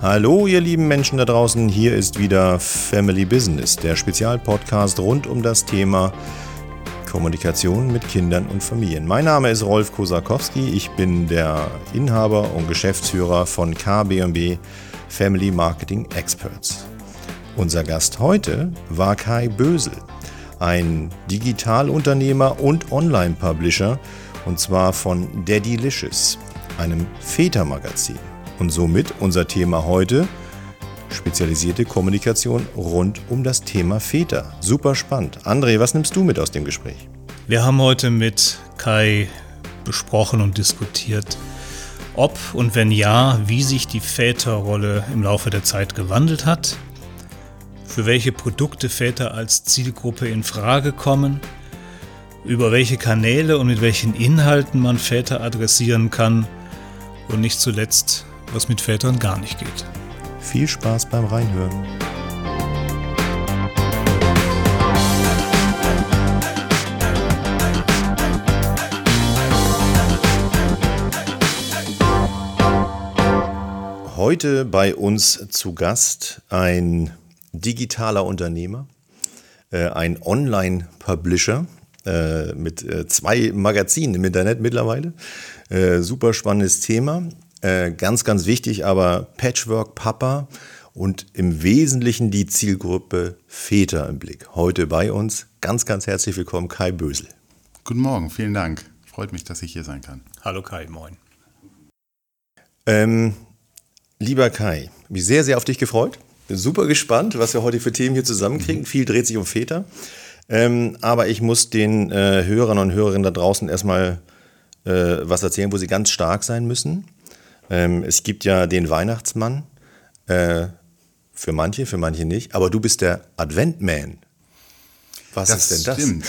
Hallo ihr lieben Menschen da draußen, hier ist wieder Family Business, der Spezialpodcast rund um das Thema Kommunikation mit Kindern und Familien. Mein Name ist Rolf Kosakowski, ich bin der Inhaber und Geschäftsführer von KBB Family Marketing Experts. Unser Gast heute war Kai Bösel, ein Digitalunternehmer und Online-Publisher, und zwar von Daddylicious, einem Vätermagazin. Und somit unser Thema heute, spezialisierte Kommunikation rund um das Thema Väter. Super spannend. André, was nimmst du mit aus dem Gespräch? Wir haben heute mit Kai besprochen und diskutiert, ob und wenn ja, wie sich die Väterrolle im Laufe der Zeit gewandelt hat, für welche Produkte Väter als Zielgruppe in Frage kommen, über welche Kanäle und mit welchen Inhalten man Väter adressieren kann und nicht zuletzt, was mit Vätern gar nicht geht. Viel Spaß beim Reinhören. Heute bei uns zu Gast ein digitaler Unternehmer, ein Online-Publisher mit 2 Magazinen im Internet mittlerweile. Super spannendes Thema. Ganz, ganz wichtig, aber Patchwork-Papa und im Wesentlichen die Zielgruppe Väter im Blick. Heute bei uns. Ganz, ganz herzlich willkommen, Kai Bösel. Guten Morgen, vielen Dank. Freut mich, dass ich hier sein kann. Hallo Kai, moin. Lieber Kai, mich sehr, sehr auf dich gefreut. Bin super gespannt, was wir heute für Themen hier zusammenkriegen. Viel dreht sich um Väter. Aber ich muss den Hörern und Hörerinnen da draußen erstmal was erzählen, wo sie ganz stark sein müssen. Es gibt ja den Weihnachtsmann, für manche nicht, aber du bist der Adventman. Was ist denn das? Stimmt.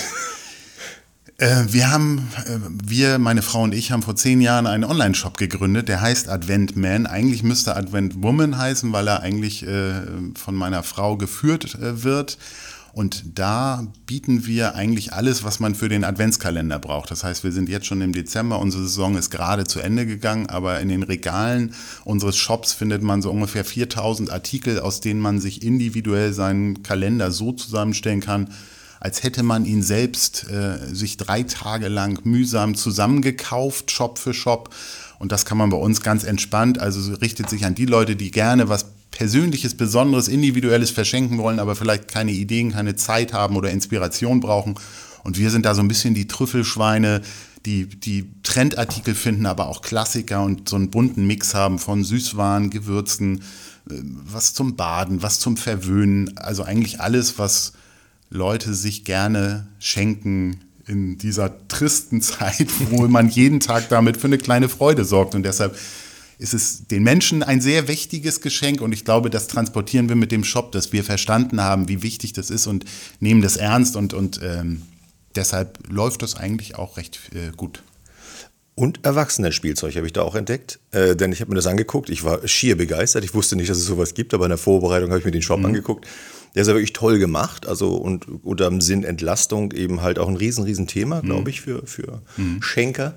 Meine Frau und ich haben vor 10 Jahren einen Online-Shop gegründet, der heißt Adventman. Eigentlich müsste Adventwoman heißen, weil er eigentlich von meiner Frau geführt wird. Und da bieten wir eigentlich alles, was man für den Adventskalender braucht. Das heißt, wir sind jetzt schon im Dezember, unsere Saison ist gerade zu Ende gegangen, aber in den Regalen unseres Shops findet man so ungefähr 4000 Artikel, aus denen man sich individuell seinen Kalender so zusammenstellen kann, als hätte man ihn selbst sich 3 Tage lang mühsam zusammengekauft, Shop für Shop. Und das kann man bei uns ganz entspannt, also richtet sich an die Leute, die gerne was Persönliches, Besonderes, Individuelles verschenken wollen, aber vielleicht keine Ideen, keine Zeit haben oder Inspiration brauchen. Und wir sind da so ein bisschen die Trüffelschweine, die Trendartikel finden, aber auch Klassiker und so einen bunten Mix haben von Süßwaren, Gewürzen, was zum Baden, was zum Verwöhnen. Also eigentlich alles, was Leute sich gerne schenken in dieser tristen Zeit, wo man jeden Tag damit für eine kleine Freude sorgt. Und deshalb ist es den Menschen ein sehr wichtiges Geschenk und ich glaube, das transportieren wir mit dem Shop, dass wir verstanden haben, wie wichtig das ist und nehmen das ernst und deshalb läuft das eigentlich auch recht gut. Und Erwachsenenspielzeug habe ich da auch entdeckt, denn ich habe mir das angeguckt, ich war schier begeistert, ich wusste nicht, dass es sowas gibt, aber in der Vorbereitung habe ich mir den Shop angeguckt. Der ist ja wirklich toll gemacht, also und unter dem Sinn Entlastung eben halt auch ein riesen Thema, glaube ich, für Schenker.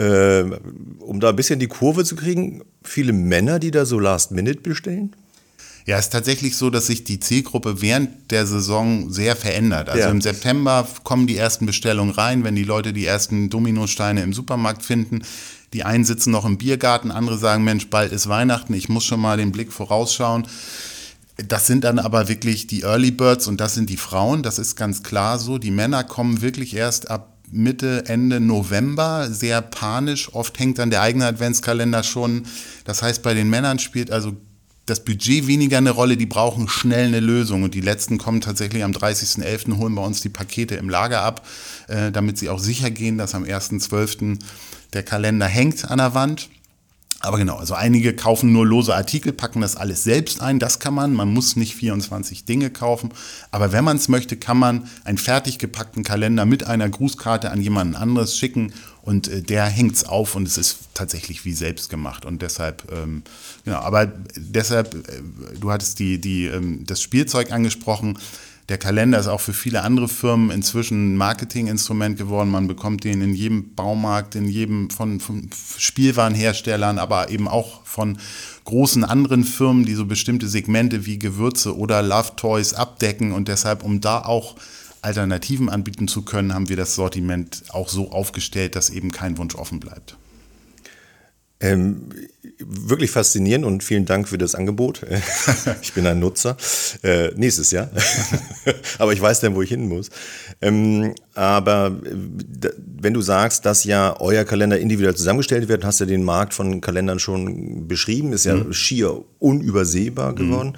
Um da ein bisschen die Kurve zu kriegen, viele Männer, die da so Last Minute bestellen? Ja, es ist tatsächlich so, dass sich die Zielgruppe während der Saison sehr verändert. Also im September kommen die ersten Bestellungen rein, wenn die Leute die ersten Dominosteine im Supermarkt finden. Die einen sitzen noch im Biergarten, andere sagen, Mensch, bald ist Weihnachten, ich muss schon mal den Blick vorausschauen. Das sind dann aber wirklich die Early Birds und das sind die Frauen, das ist ganz klar so. Die Männer kommen wirklich erst ab Mitte, Ende November, sehr panisch. Oft hängt dann der eigene Adventskalender schon. Das heißt, bei den Männern spielt also das Budget weniger eine Rolle, die brauchen schnell eine Lösung. Und die letzten kommen tatsächlich am 30.11. holen bei uns die Pakete im Lager ab, damit sie auch sicher gehen, dass am 1.12. der Kalender hängt an der Wand. Aber genau, also einige kaufen nur lose Artikel, packen das alles selbst ein, das kann man muss nicht 24 Dinge kaufen, aber wenn man es möchte, kann man einen fertig gepackten Kalender mit einer Grußkarte an jemanden anderes schicken und der hängt es auf und es ist tatsächlich wie selbst gemacht und deshalb, du hattest das Spielzeug angesprochen. Der Kalender ist auch für viele andere Firmen inzwischen ein Marketinginstrument geworden. Man bekommt den in jedem Baumarkt, in jedem von Spielwarenherstellern, aber eben auch von großen anderen Firmen, die so bestimmte Segmente wie Gewürze oder Love Toys abdecken. Und deshalb, um da auch Alternativen anbieten zu können, haben wir das Sortiment auch so aufgestellt, dass eben kein Wunsch offen bleibt. Wirklich faszinierend und vielen Dank für das Angebot. Ich bin ein Nutzer. Nächstes Jahr. Aber ich weiß dann, wo ich hin muss. Aber wenn du sagst, dass ja euer Kalender individuell zusammengestellt wird, hast du den Markt von Kalendern schon beschrieben, ist ja schier unübersehbar geworden.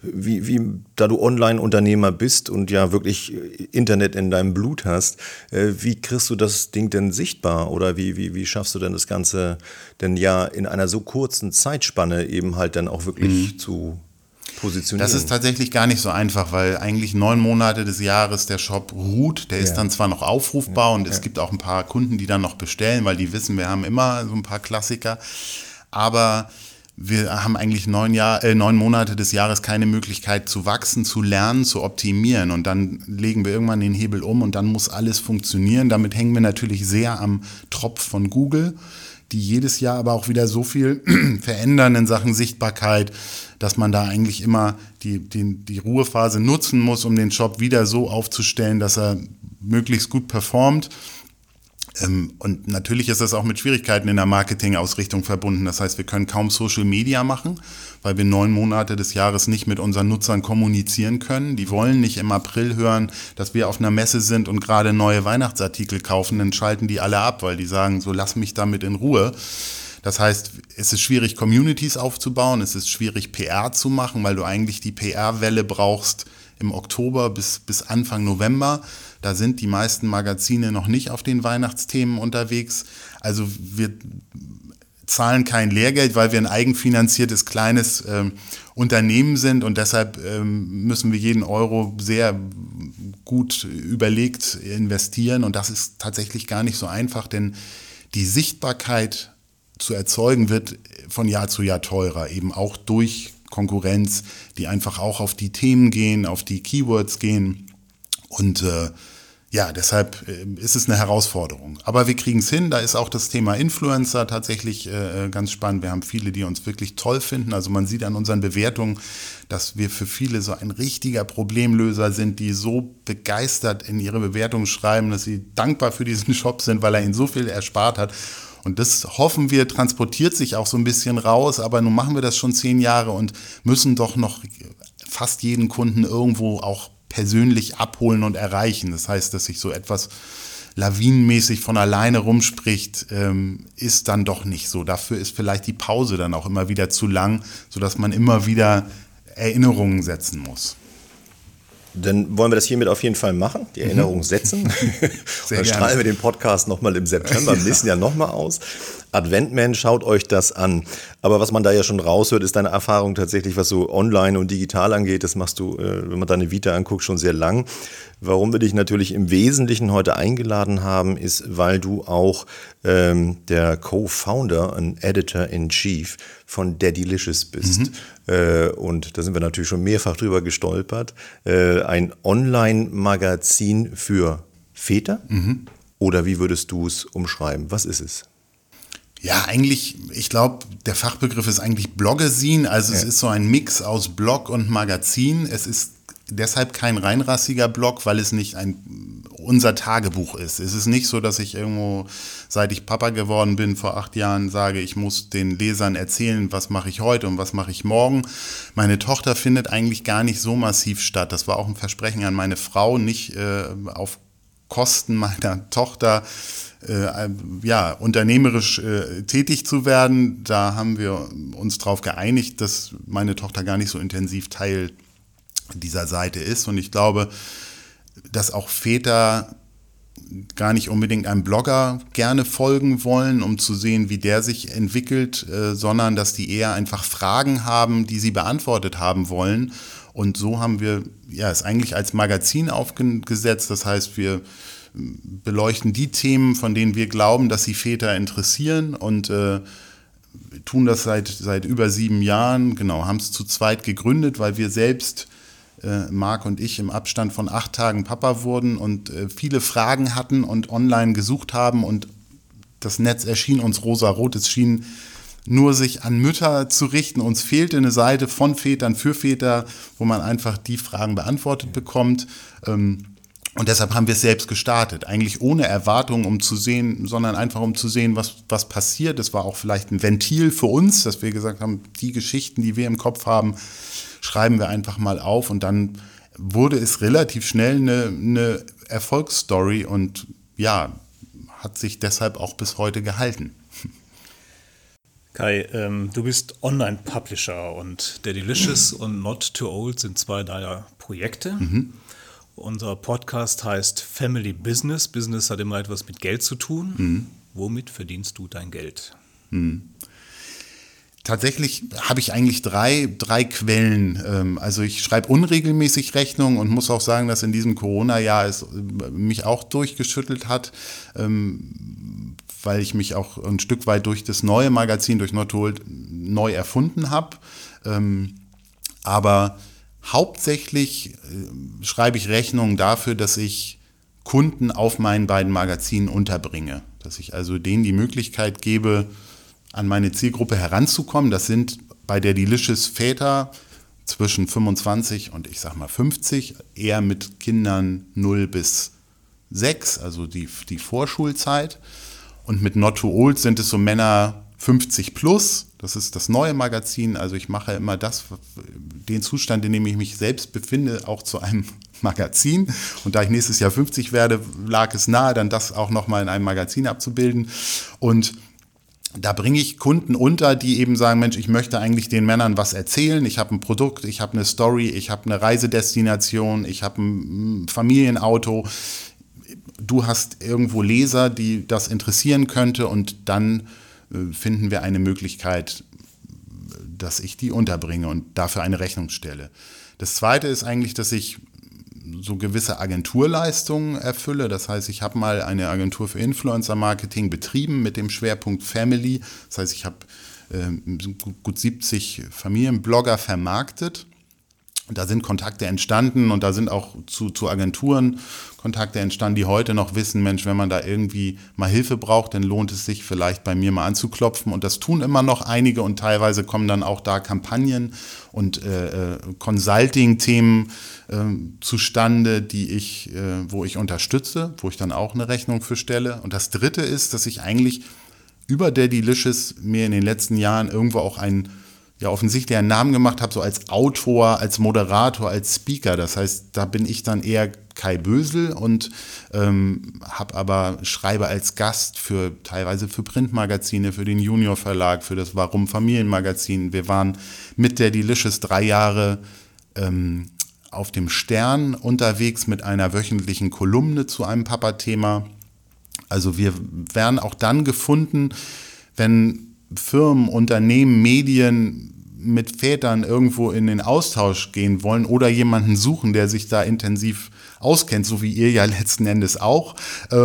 Da du Online-Unternehmer bist und ja wirklich Internet in deinem Blut hast, wie kriegst du das Ding denn sichtbar? Oder wie schaffst du denn das Ganze denn ja in einer so kurzen Zeitspanne eben halt dann auch wirklich zu positionieren? Das ist tatsächlich gar nicht so einfach, weil eigentlich 9 Monate des Jahres der Shop ruht. Der ist dann zwar noch aufrufbar und es gibt auch ein paar Kunden, die dann noch bestellen, weil die wissen, wir haben immer so ein paar Klassiker. Aber wir haben eigentlich 9 Monate des Jahres keine Möglichkeit zu wachsen, zu lernen, zu optimieren. Und dann legen wir irgendwann den Hebel um und dann muss alles funktionieren. Damit hängen wir natürlich sehr am Tropf von Google, die jedes Jahr aber auch wieder so viel verändern in Sachen Sichtbarkeit, dass man da eigentlich immer die Ruhephase nutzen muss, um den Shop wieder so aufzustellen, dass er möglichst gut performt. Und natürlich ist das auch mit Schwierigkeiten in der Marketingausrichtung verbunden. Das heißt, wir können kaum Social Media machen, weil wir 9 Monate des Jahres nicht mit unseren Nutzern kommunizieren können. Die wollen nicht im April hören, dass wir auf einer Messe sind und gerade neue Weihnachtsartikel kaufen. Dann schalten die alle ab, weil die sagen, so lass mich damit in Ruhe. Das heißt, es ist schwierig, Communities aufzubauen. Es ist schwierig, PR zu machen, weil du eigentlich die PR-Welle brauchst im Oktober bis Anfang November. Da sind die meisten Magazine noch nicht auf den Weihnachtsthemen unterwegs. Also wir zahlen kein Lehrgeld, weil wir ein eigenfinanziertes kleines Unternehmen sind und deshalb müssen wir jeden Euro sehr gut überlegt investieren und das ist tatsächlich gar nicht so einfach, denn die Sichtbarkeit zu erzeugen wird von Jahr zu Jahr teurer, eben auch durch Konkurrenz, die einfach auch auf die Themen gehen, auf die Keywords gehen und deshalb ist es eine Herausforderung. Aber wir kriegen es hin, da ist auch das Thema Influencer tatsächlich ganz spannend. Wir haben viele, die uns wirklich toll finden. Also man sieht an unseren Bewertungen, dass wir für viele so ein richtiger Problemlöser sind, die so begeistert in ihre Bewertungen schreiben, dass sie dankbar für diesen Shop sind, weil er ihnen so viel erspart hat. Und das hoffen wir, transportiert sich auch so ein bisschen raus. Aber nun machen wir das schon 10 Jahre und müssen doch noch fast jeden Kunden irgendwo auch persönlich abholen und erreichen. Das heißt, dass sich so etwas lawinenmäßig von alleine rumspricht, ist dann doch nicht so. Dafür ist vielleicht die Pause dann auch immer wieder zu lang, sodass man immer wieder Erinnerungen setzen muss. Dann wollen wir das hiermit auf jeden Fall machen, die Erinnerung setzen. Dann strahlen wir den Podcast nochmal im September, im nächsten Jahr nochmal aus. Adventman, schaut euch das an. Aber was man da ja schon raushört, ist deine Erfahrung tatsächlich, was so online und digital angeht. Das machst du, wenn man deine Vita anguckt, schon sehr lang. Warum wir dich natürlich im Wesentlichen heute eingeladen haben, ist, weil du auch der Co-Founder und Editor-in-Chief von Daddylicious bist. Und da sind wir natürlich schon mehrfach drüber gestolpert. Ein Online-Magazin für Väter? Oder wie würdest du es umschreiben? Was ist es? Ja, eigentlich, ich glaube, der Fachbegriff ist eigentlich Blogazin. Also es ist so ein Mix aus Blog und Magazin. Es ist deshalb kein reinrassiger Blog, weil es nicht unser Tagebuch ist. Es ist nicht so, dass ich irgendwo, seit ich Papa geworden bin, vor 8 Jahren sage, ich muss den Lesern erzählen, was mache ich heute und was mache ich morgen. Meine Tochter findet eigentlich gar nicht so massiv statt. Das war auch ein Versprechen an meine Frau, nicht auf Kosten meiner Tochter unternehmerisch tätig zu werden. Da haben wir uns darauf geeinigt, dass meine Tochter gar nicht so intensiv Teil dieser Seite ist. Und ich glaube, dass auch Väter gar nicht unbedingt einem Blogger gerne folgen wollen, um zu sehen, wie der sich entwickelt, sondern dass die eher einfach Fragen haben, die sie beantwortet haben wollen. Und so haben wir es eigentlich als Magazin aufgesetzt. Das heißt, wir beleuchten die Themen, von denen wir glauben, dass sie Väter interessieren und tun das seit über 7 Jahren. Genau, haben es zu zweit gegründet, weil wir selbst Marc und ich im Abstand von 8 Tagen Papa wurden und viele Fragen hatten und online gesucht haben und das Netz erschien uns rosarot, es schien nur sich an Mütter zu richten. Uns fehlte eine Seite von Vätern für Väter, wo man einfach die Fragen beantwortet bekommt. Und deshalb haben wir es selbst gestartet. Eigentlich ohne Erwartung, um zu sehen, sondern einfach um zu sehen, was passiert. Es war auch vielleicht ein Ventil für uns, dass wir gesagt haben, die Geschichten, die wir im Kopf haben, schreiben wir einfach mal auf. Und dann wurde es relativ schnell eine Erfolgsstory und ja, hat sich deshalb auch bis heute gehalten. Kai, du bist Online-Publisher und Daddylicious und Not Too Old sind 2 deiner Projekte. Unser Podcast heißt Family Business. Business hat immer etwas mit Geld zu tun. Womit verdienst du dein Geld? Tatsächlich habe ich eigentlich drei Quellen. Also ich schreibe unregelmäßig Rechnungen und muss auch sagen, dass in diesem Corona-Jahr es mich auch durchgeschüttelt hat, weil ich mich auch ein Stück weit durch das neue Magazin, durch Not Too Old, neu erfunden habe. Aber hauptsächlich schreibe ich Rechnungen dafür, dass ich Kunden auf meinen beiden Magazinen unterbringe. Dass ich also denen die Möglichkeit gebe, an meine Zielgruppe heranzukommen. Das sind bei Daddylicious Väter zwischen 25 und ich sag mal 50, eher mit Kindern 0 bis 6, also die Vorschulzeit. Und mit Not Too Old sind es so Männer 50 plus. Das ist das neue Magazin. Also ich mache immer den Zustand, in dem ich mich selbst befinde, auch zu einem Magazin. Und da ich nächstes Jahr 50 werde, lag es nahe, dann das auch nochmal in einem Magazin abzubilden. Und da bringe ich Kunden unter, die eben sagen, Mensch, ich möchte eigentlich den Männern was erzählen. Ich habe ein Produkt, ich habe eine Story, ich habe eine Reisedestination, ich habe ein Familienauto. Du hast irgendwo Leser, die das interessieren könnte und dann finden wir eine Möglichkeit, dass ich die unterbringe und dafür eine Rechnung stelle. Das Zweite ist eigentlich, dass ich so gewisse Agenturleistungen erfülle. Das heißt, ich habe mal eine Agentur für Influencer-Marketing betrieben mit dem Schwerpunkt Family. Das heißt, ich habe gut 70 Familienblogger vermarktet. Da sind Kontakte entstanden und da sind auch zu Agenturen Kontakte entstanden, die heute noch wissen, Mensch, wenn man da irgendwie mal Hilfe braucht, dann lohnt es sich vielleicht bei mir mal anzuklopfen. Und das tun immer noch einige und teilweise kommen dann auch da Kampagnen und Consulting-Themen zustande, wo ich unterstütze, wo ich dann auch eine Rechnung für stelle. Und das Dritte ist, dass ich eigentlich über Daddylicious mir in den letzten Jahren irgendwo auch offensichtlich einen Namen gemacht habe, so als Autor, als Moderator, als Speaker. Das heißt, da bin ich dann eher Kai Bösel und schreibe als Gast teilweise für Printmagazine, für den Junior Verlag, für das Warum Familienmagazin. Wir waren mit Daddylicious 3 Jahre auf dem Stern unterwegs mit einer wöchentlichen Kolumne zu einem Papa-Thema. Also wir werden auch dann gefunden, wenn Firmen, Unternehmen, Medien mit Vätern irgendwo in den Austausch gehen wollen oder jemanden suchen, der sich da intensiv auskennt, so wie ihr ja letzten Endes auch,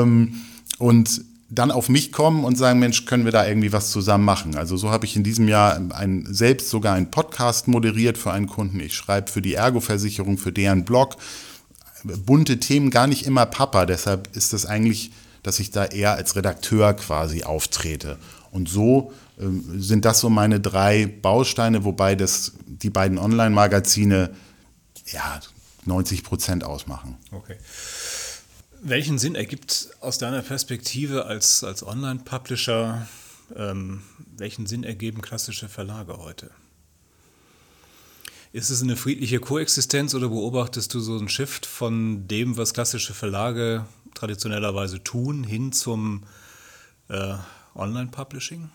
und dann auf mich kommen und sagen, Mensch, können wir da irgendwie was zusammen machen? Also so habe ich in diesem Jahr selbst sogar einen Podcast moderiert für einen Kunden. Ich schreibe für die Ergo-Versicherung, für deren Blog. Bunte Themen, gar nicht immer Papa. Deshalb ist das eigentlich, dass ich da eher als Redakteur quasi auftrete. Und so sind das so meine 3 Bausteine, wobei die beiden Online-Magazine 90% ausmachen. Okay. Welchen Sinn ergibt aus deiner Perspektive als Online-Publisher, welchen Sinn ergeben klassische Verlage heute? Ist es eine friedliche Koexistenz oder beobachtest du so einen Shift von dem, was klassische Verlage traditionellerweise tun, hin zum Online-Publishing?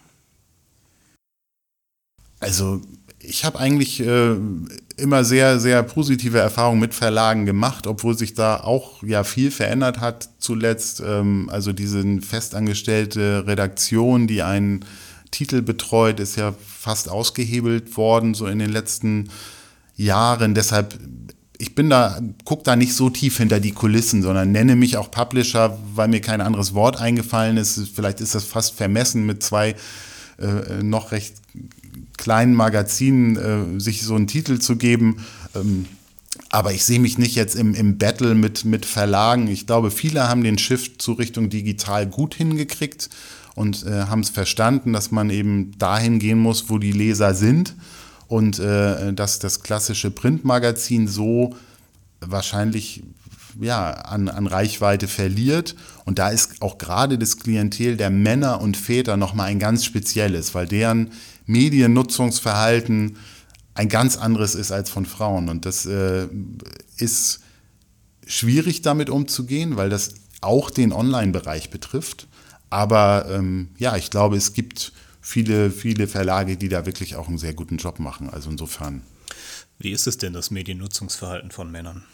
Also ich habe eigentlich immer sehr, sehr positive Erfahrungen mit Verlagen gemacht, obwohl sich da auch viel verändert hat zuletzt. Also diese festangestellte Redaktion, die einen Titel betreut, ist ja fast ausgehebelt worden, so in den letzten Jahren. Deshalb, gucke da nicht so tief hinter die Kulissen, sondern nenne mich auch Publisher, weil mir kein anderes Wort eingefallen ist. Vielleicht ist das fast vermessen, mit 2 noch recht kleinen Magazinen sich so einen Titel zu geben. Aber ich sehe mich nicht jetzt im Battle mit Verlagen. Ich glaube, viele haben den Shift zu Richtung digital gut hingekriegt und haben es verstanden, dass man eben dahin gehen muss, wo die Leser sind und dass das klassische Printmagazin so wahrscheinlich an Reichweite verliert. Und da ist auch gerade das Klientel der Männer und Väter nochmal ein ganz spezielles, weil deren Mediennutzungsverhalten ein ganz anderes ist als von Frauen. Und das ist schwierig, damit umzugehen, weil das auch den Online-Bereich betrifft. Aber ich glaube, es gibt viele, viele Verlage, die da wirklich auch einen sehr guten Job machen. Also insofern. Wie ist es denn, das Mediennutzungsverhalten von Männern?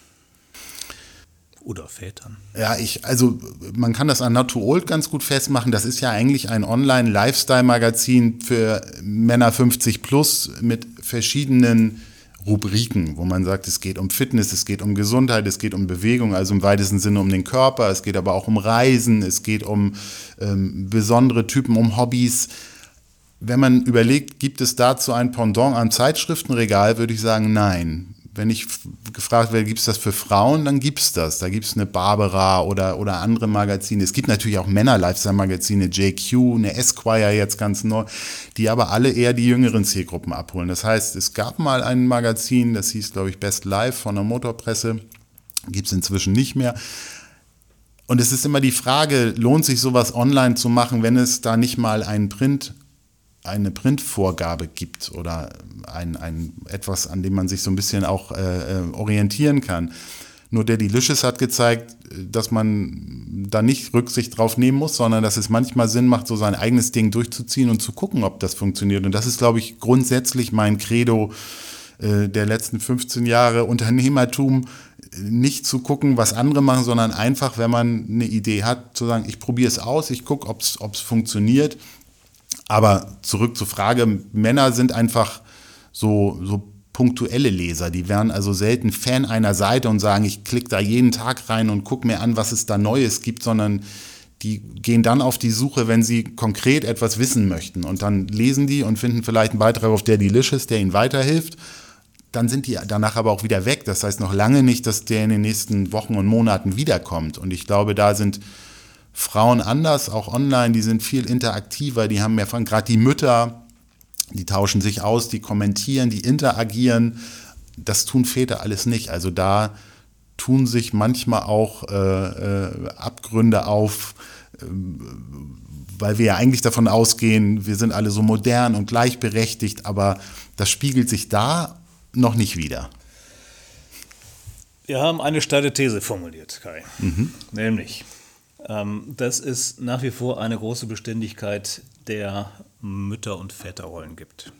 Oder Vätern? Ja, man kann das an Not Too Old ganz gut festmachen. Das ist ja eigentlich ein Online-Lifestyle-Magazin für Männer 50 plus mit verschiedenen Rubriken, wo man sagt, es geht um Fitness, es geht um Gesundheit, es geht um Bewegung, also im weitesten Sinne um den Körper, es geht aber auch um Reisen, es geht um besondere Typen, um Hobbys. Wenn man überlegt, gibt es dazu ein Pendant am Zeitschriftenregal, würde ich sagen, nein. Wenn ich gefragt werde, gibt es das für Frauen, dann gibt es das. Da gibt es eine Barbara oder andere Magazine. Es gibt natürlich auch Männer-Lifestyle-Magazine, JQ, eine Esquire jetzt ganz neu, die aber alle eher die jüngeren Zielgruppen abholen. Das heißt, es gab mal ein Magazin, das hieß, glaube ich, Best Life von der Motorpresse. Gibt es inzwischen nicht mehr. Und es ist immer die Frage, lohnt sich sowas online zu machen, wenn es da nicht mal eine Printvorgabe gibt oder etwas, an dem man sich so ein bisschen auch orientieren kann. Nur der Delicious hat gezeigt, dass man da nicht Rücksicht drauf nehmen muss, sondern dass es manchmal Sinn macht, so sein eigenes Ding durchzuziehen und zu gucken, ob das funktioniert. Und das ist, glaube ich, grundsätzlich mein Credo der letzten 15 Jahre Unternehmertum, nicht zu gucken, was andere machen, sondern einfach, wenn man eine Idee hat, zu sagen, ich probiere es aus, ich gucke, ob es funktioniert. Aber zurück zur Frage, Männer sind einfach so punktuelle Leser, die werden also selten Fan einer Seite und sagen, ich klicke da jeden Tag rein und gucke mir an, was es da Neues gibt, sondern die gehen dann auf die Suche, wenn sie konkret etwas wissen möchten und dann lesen die und finden vielleicht einen Beitrag auf der Delicious, der ihnen weiterhilft. Dann sind die danach aber auch wieder weg. Das heißt noch lange nicht, dass der in den nächsten Wochen und Monaten wiederkommt. Und ich glaube, da sind Frauen anders, auch online, die sind viel interaktiver, die haben mehr von, gerade die Mütter, die tauschen sich aus, die kommentieren, die interagieren. Das tun Väter alles nicht. Also da tun sich manchmal auch Abgründe auf, weil wir ja eigentlich davon ausgehen, wir sind alle so modern und gleichberechtigt, aber das spiegelt sich da noch nicht wider. Wir haben eine steile These formuliert, Kai. Nämlich, dass es nach wie vor eine große Beständigkeit der Mütter- und Väterrollen gibt.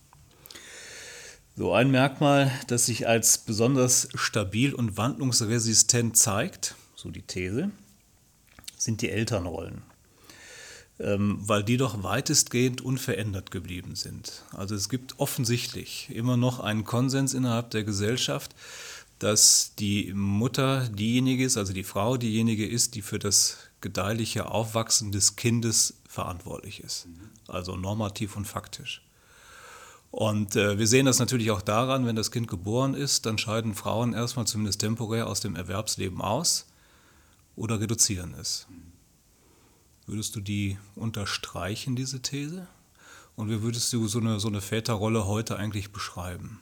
So ein Merkmal, das sich als besonders stabil und wandlungsresistent zeigt, so die These, sind die Elternrollen, weil die doch weitestgehend unverändert geblieben sind. Also es gibt offensichtlich immer noch einen Konsens innerhalb der Gesellschaft, dass die Mutter diejenige ist, also die Frau diejenige ist, die für das gedeihliche Aufwachsen des Kindes verantwortlich ist. Also normativ und faktisch. Und wir sehen das natürlich auch daran, wenn das Kind geboren ist, dann scheiden Frauen erstmal zumindest temporär aus dem Erwerbsleben aus oder reduzieren es. Würdest du die unterstreichen, diese These? Und wie würdest du so eine Väterrolle heute eigentlich beschreiben?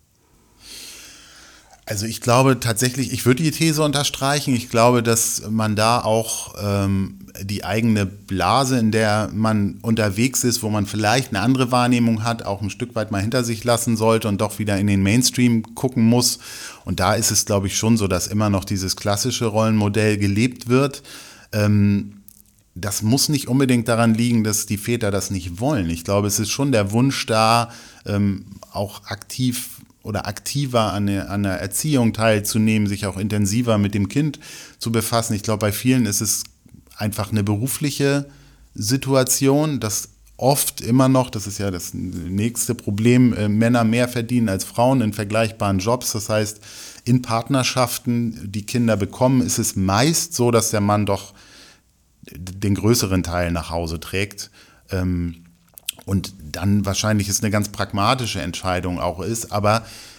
Also ich glaube tatsächlich, ich würde die These unterstreichen. Ich glaube, dass man da auch die eigene Blase, in der man unterwegs ist, wo man vielleicht eine andere Wahrnehmung hat, auch ein Stück weit mal hinter sich lassen sollte und doch wieder in den Mainstream gucken muss. Und da ist es, glaube ich, schon so, dass immer noch dieses klassische Rollenmodell gelebt wird. Das muss nicht unbedingt daran liegen, dass die Väter das nicht wollen. Ich glaube, es ist schon der Wunsch da, auch aktiv oder aktiver an der Erziehung teilzunehmen, sich auch intensiver mit dem Kind zu befassen. Ich glaube, bei vielen ist es einfach eine berufliche Situation, dass oft immer noch, das ist ja das nächste Problem, Männer mehr verdienen als Frauen in vergleichbaren Jobs. Das heißt, in Partnerschaften, die Kinder bekommen, ist es meist so, dass der Mann doch den größeren Teil nach Hause trägt. Und dann wahrscheinlich es eine ganz pragmatische Entscheidung auch ist. Aber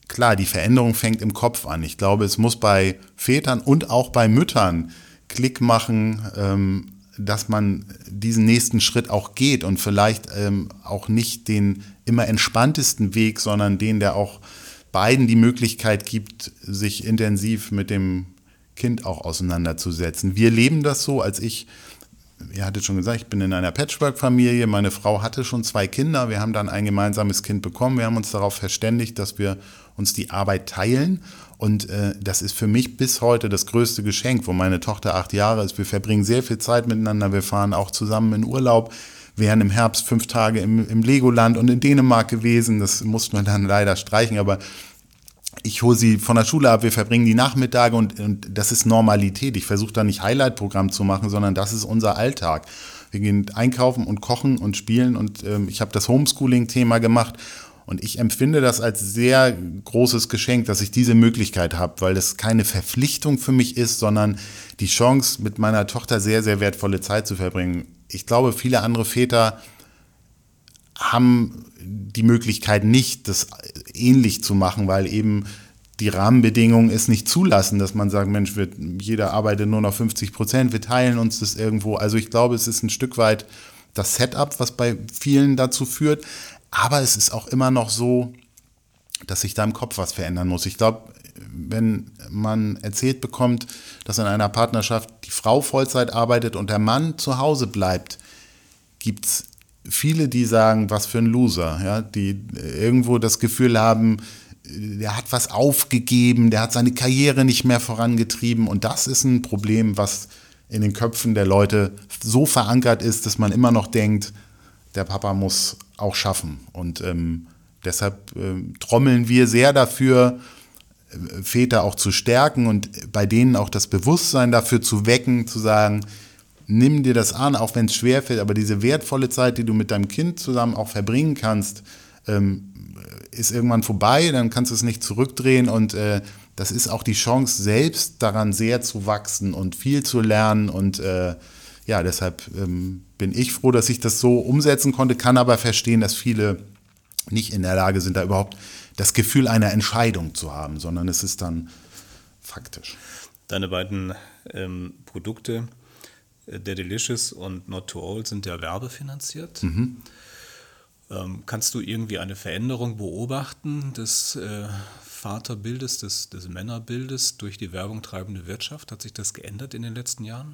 klar, die Veränderung fängt im Kopf an. Ich glaube, es muss bei Vätern und auch bei Müttern Klick machen, dass man diesen nächsten Schritt auch geht und vielleicht auch nicht den immer entspanntesten Weg, sondern den, der auch beiden die Möglichkeit gibt, sich intensiv mit dem Kind auch auseinanderzusetzen. Wir leben das so, ihr hattet schon gesagt, ich bin in einer Patchwork-Familie, meine Frau hatte schon 2 Kinder, wir haben dann ein gemeinsames Kind bekommen, wir haben uns darauf verständigt, dass wir uns die Arbeit teilen und das ist für mich bis heute das größte Geschenk, wo meine Tochter 8 Jahre ist. Wir verbringen sehr viel Zeit miteinander, wir fahren auch zusammen in Urlaub, wären im Herbst 5 Tage im Legoland und in Dänemark gewesen, das mussten wir dann leider streichen, aber ich hole sie von der Schule ab, wir verbringen die Nachmittage und das ist Normalität. Ich versuche da nicht Highlight-Programm zu machen, sondern das ist unser Alltag. Wir gehen einkaufen und kochen und spielen und ich habe das Homeschooling-Thema gemacht und ich empfinde das als sehr großes Geschenk, dass ich diese Möglichkeit habe, weil das keine Verpflichtung für mich ist, sondern die Chance, mit meiner Tochter sehr, sehr wertvolle Zeit zu verbringen. Ich glaube, viele andere Väter haben die Möglichkeit nicht, das ähnlich zu machen, weil eben die Rahmenbedingungen es nicht zulassen, dass man sagt, Mensch, jeder arbeitet nur noch 50%, wir teilen uns das irgendwo. Also ich glaube, es ist ein Stück weit das Setup, was bei vielen dazu führt, aber es ist auch immer noch so, dass sich da im Kopf was verändern muss. Ich glaube, wenn man erzählt bekommt, dass in einer Partnerschaft die Frau Vollzeit arbeitet und der Mann zu Hause bleibt, gibt es viele, die sagen, was für ein Loser, ja, die irgendwo das Gefühl haben, der hat was aufgegeben, der hat seine Karriere nicht mehr vorangetrieben und das ist ein Problem, was in den Köpfen der Leute so verankert ist, dass man immer noch denkt, der Papa muss auch schaffen und deshalb trommeln wir sehr dafür, Väter auch zu stärken und bei denen auch das Bewusstsein dafür zu wecken, zu sagen, nimm dir das an, auch wenn es schwerfällt, aber diese wertvolle Zeit, die du mit deinem Kind zusammen auch verbringen kannst, ist irgendwann vorbei, dann kannst du es nicht zurückdrehen und das ist auch die Chance, selbst daran sehr zu wachsen und viel zu lernen und deshalb bin ich froh, dass ich das so umsetzen konnte, kann aber verstehen, dass viele nicht in der Lage sind, da überhaupt das Gefühl einer Entscheidung zu haben, sondern es ist dann faktisch. Deine beiden Produkte, Daddylicious und Not Too Old, sind ja werbefinanziert. Mhm. Kannst du irgendwie eine Veränderung beobachten des Vaterbildes, des Männerbildes durch die Werbung treibende Wirtschaft? Hat sich das geändert in den letzten Jahren?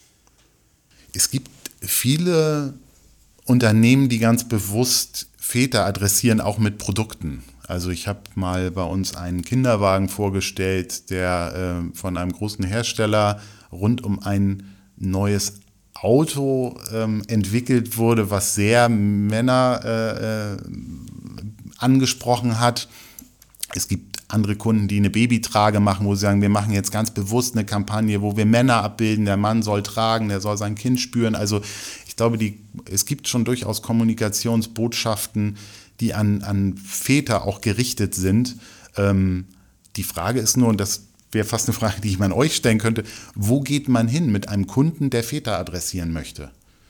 Es gibt viele Unternehmen, die ganz bewusst Väter adressieren, auch mit Produkten. Also ich habe mal bei uns einen Kinderwagen vorgestellt, der von einem großen Hersteller rund um ein neues Auto entwickelt wurde, was sehr Männer angesprochen hat. Es gibt andere Kunden, die eine Babytrage machen, wo sie sagen, wir machen jetzt ganz bewusst eine Kampagne, wo wir Männer abbilden, der Mann soll tragen, der soll sein Kind spüren. Also ich glaube, es gibt schon durchaus Kommunikationsbotschaften, die an Väter auch gerichtet sind. Die Frage ist nur, und das wäre fast eine Frage, die ich mal an euch stellen könnte, wo geht man hin mit einem Kunden, der Väter adressieren möchte?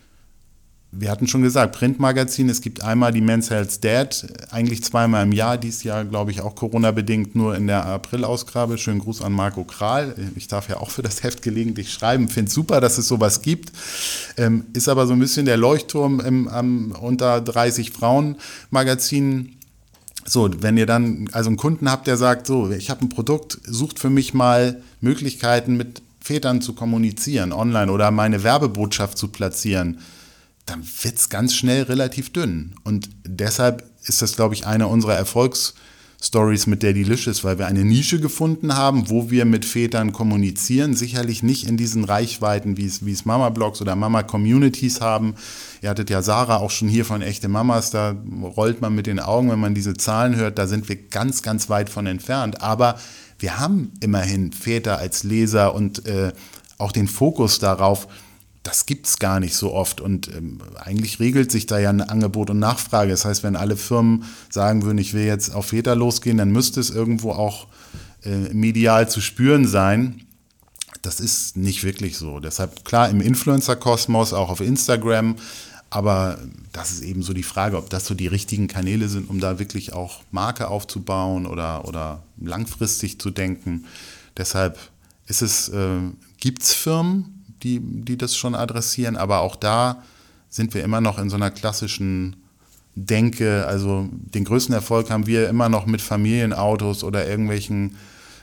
Wir hatten schon gesagt, Printmagazin, es gibt einmal die Men's Health Dad, eigentlich zweimal im Jahr, dieses Jahr glaube ich auch Corona-bedingt nur in der April-Ausgabe. Schönen Gruß an Marco Kral, ich darf ja auch für das Heft gelegentlich schreiben, finde es super, dass es sowas gibt. Ist aber so ein bisschen der Leuchtturm im unter 30 Frauen-Magazin. So, wenn ihr dann also einen Kunden habt, der sagt, so, ich habe ein Produkt, sucht für mich mal Möglichkeiten mit Vätern zu kommunizieren, online oder meine Werbebotschaft zu platzieren, dann wird es ganz schnell relativ dünn. Und deshalb ist das, glaube ich, eine unserer Erfolgsstories mit Daddylicious, weil wir eine Nische gefunden haben, wo wir mit Vätern kommunizieren. Sicherlich nicht in diesen Reichweiten, wie es Mama-Blogs oder Mama-Communities haben. Ihr hattet ja Sarah auch schon hier von Echte Mamas, da rollt man mit den Augen, wenn man diese Zahlen hört. Da sind wir ganz, ganz weit von entfernt. Aber wir haben immerhin Väter als Leser und auch den Fokus darauf. Das gibt es gar nicht so oft und eigentlich regelt sich da ja ein Angebot und Nachfrage. Das heißt, wenn alle Firmen sagen würden, ich will jetzt auf Väter losgehen, dann müsste es irgendwo auch medial zu spüren sein. Das ist nicht wirklich so. Deshalb klar im Influencer-Kosmos, auch auf Instagram, Aber das ist eben so die Frage, ob das so die richtigen Kanäle sind, um da wirklich auch Marke aufzubauen oder langfristig zu denken. Deshalb gibt es Firmen, die das schon adressieren, aber auch da sind wir immer noch in so einer klassischen Denke. Also den größten Erfolg haben wir immer noch mit Familienautos oder irgendwelchen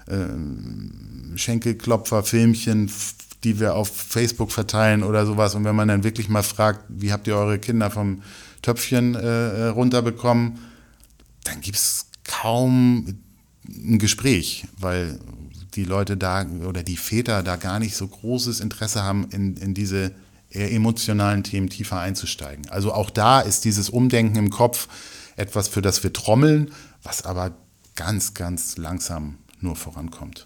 Schenkelklopfer-Filmchen, die wir auf Facebook verteilen oder sowas. Und wenn man dann wirklich mal fragt, wie habt ihr eure Kinder vom Töpfchen runterbekommen, dann gibt es kaum ein Gespräch, weil die Leute da oder die Väter da gar nicht so großes Interesse haben, in diese eher emotionalen Themen tiefer einzusteigen. Also auch da ist dieses Umdenken im Kopf etwas, für das wir trommeln, was aber ganz, ganz langsam nur vorankommt.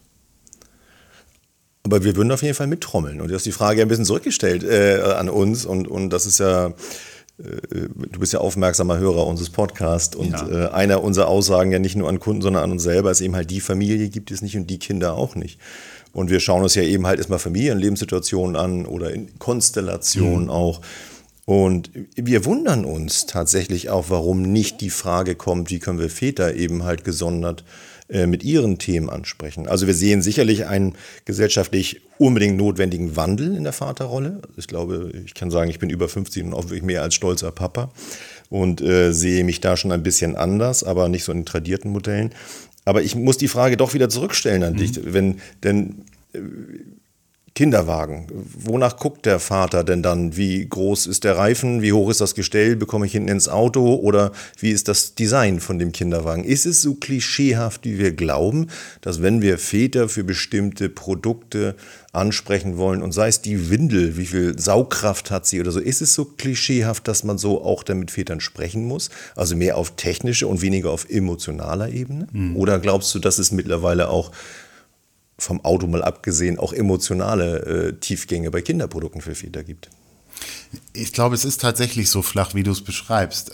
Aber wir würden auf jeden Fall mittrommeln. Und du hast die Frage ein bisschen zurückgestellt an uns. Und das ist ja, du bist ja aufmerksamer Hörer unseres Podcasts. Und einer unserer Aussagen ja nicht nur an Kunden, sondern an uns selber ist eben halt, die Familie gibt es nicht und die Kinder auch nicht. Und wir schauen uns ja eben halt erstmal Familienlebenssituationen an oder in Konstellationen auch. Und wir wundern uns tatsächlich auch, warum nicht die Frage kommt, wie können wir Väter eben halt gesondert mit ihren Themen ansprechen. Also wir sehen sicherlich einen gesellschaftlich unbedingt notwendigen Wandel in der Vaterrolle. Ich glaube, ich kann sagen, ich bin über 50 und auch wirklich mehr als stolzer Papa und sehe mich da schon ein bisschen anders, aber nicht so in tradierten Modellen. Aber ich muss die Frage doch wieder zurückstellen an dich, denn Kinderwagen, wonach guckt der Vater denn dann? Wie groß ist der Reifen? Wie hoch ist das Gestell? Bekomme ich hinten ins Auto? Oder wie ist das Design von dem Kinderwagen? Ist es so klischeehaft, wie wir glauben, dass wenn wir Väter für bestimmte Produkte ansprechen wollen und sei es die Windel, wie viel Saugkraft hat sie oder so, ist es so klischeehaft, dass man so auch dann mit Vätern sprechen muss? Also mehr auf technischer und weniger auf emotionaler Ebene? Oder glaubst du, dass es mittlerweile auch vom Auto mal abgesehen, auch emotionale Tiefgänge bei Kinderprodukten für Väter gibt? Ich glaube, es ist tatsächlich so flach, wie du es beschreibst.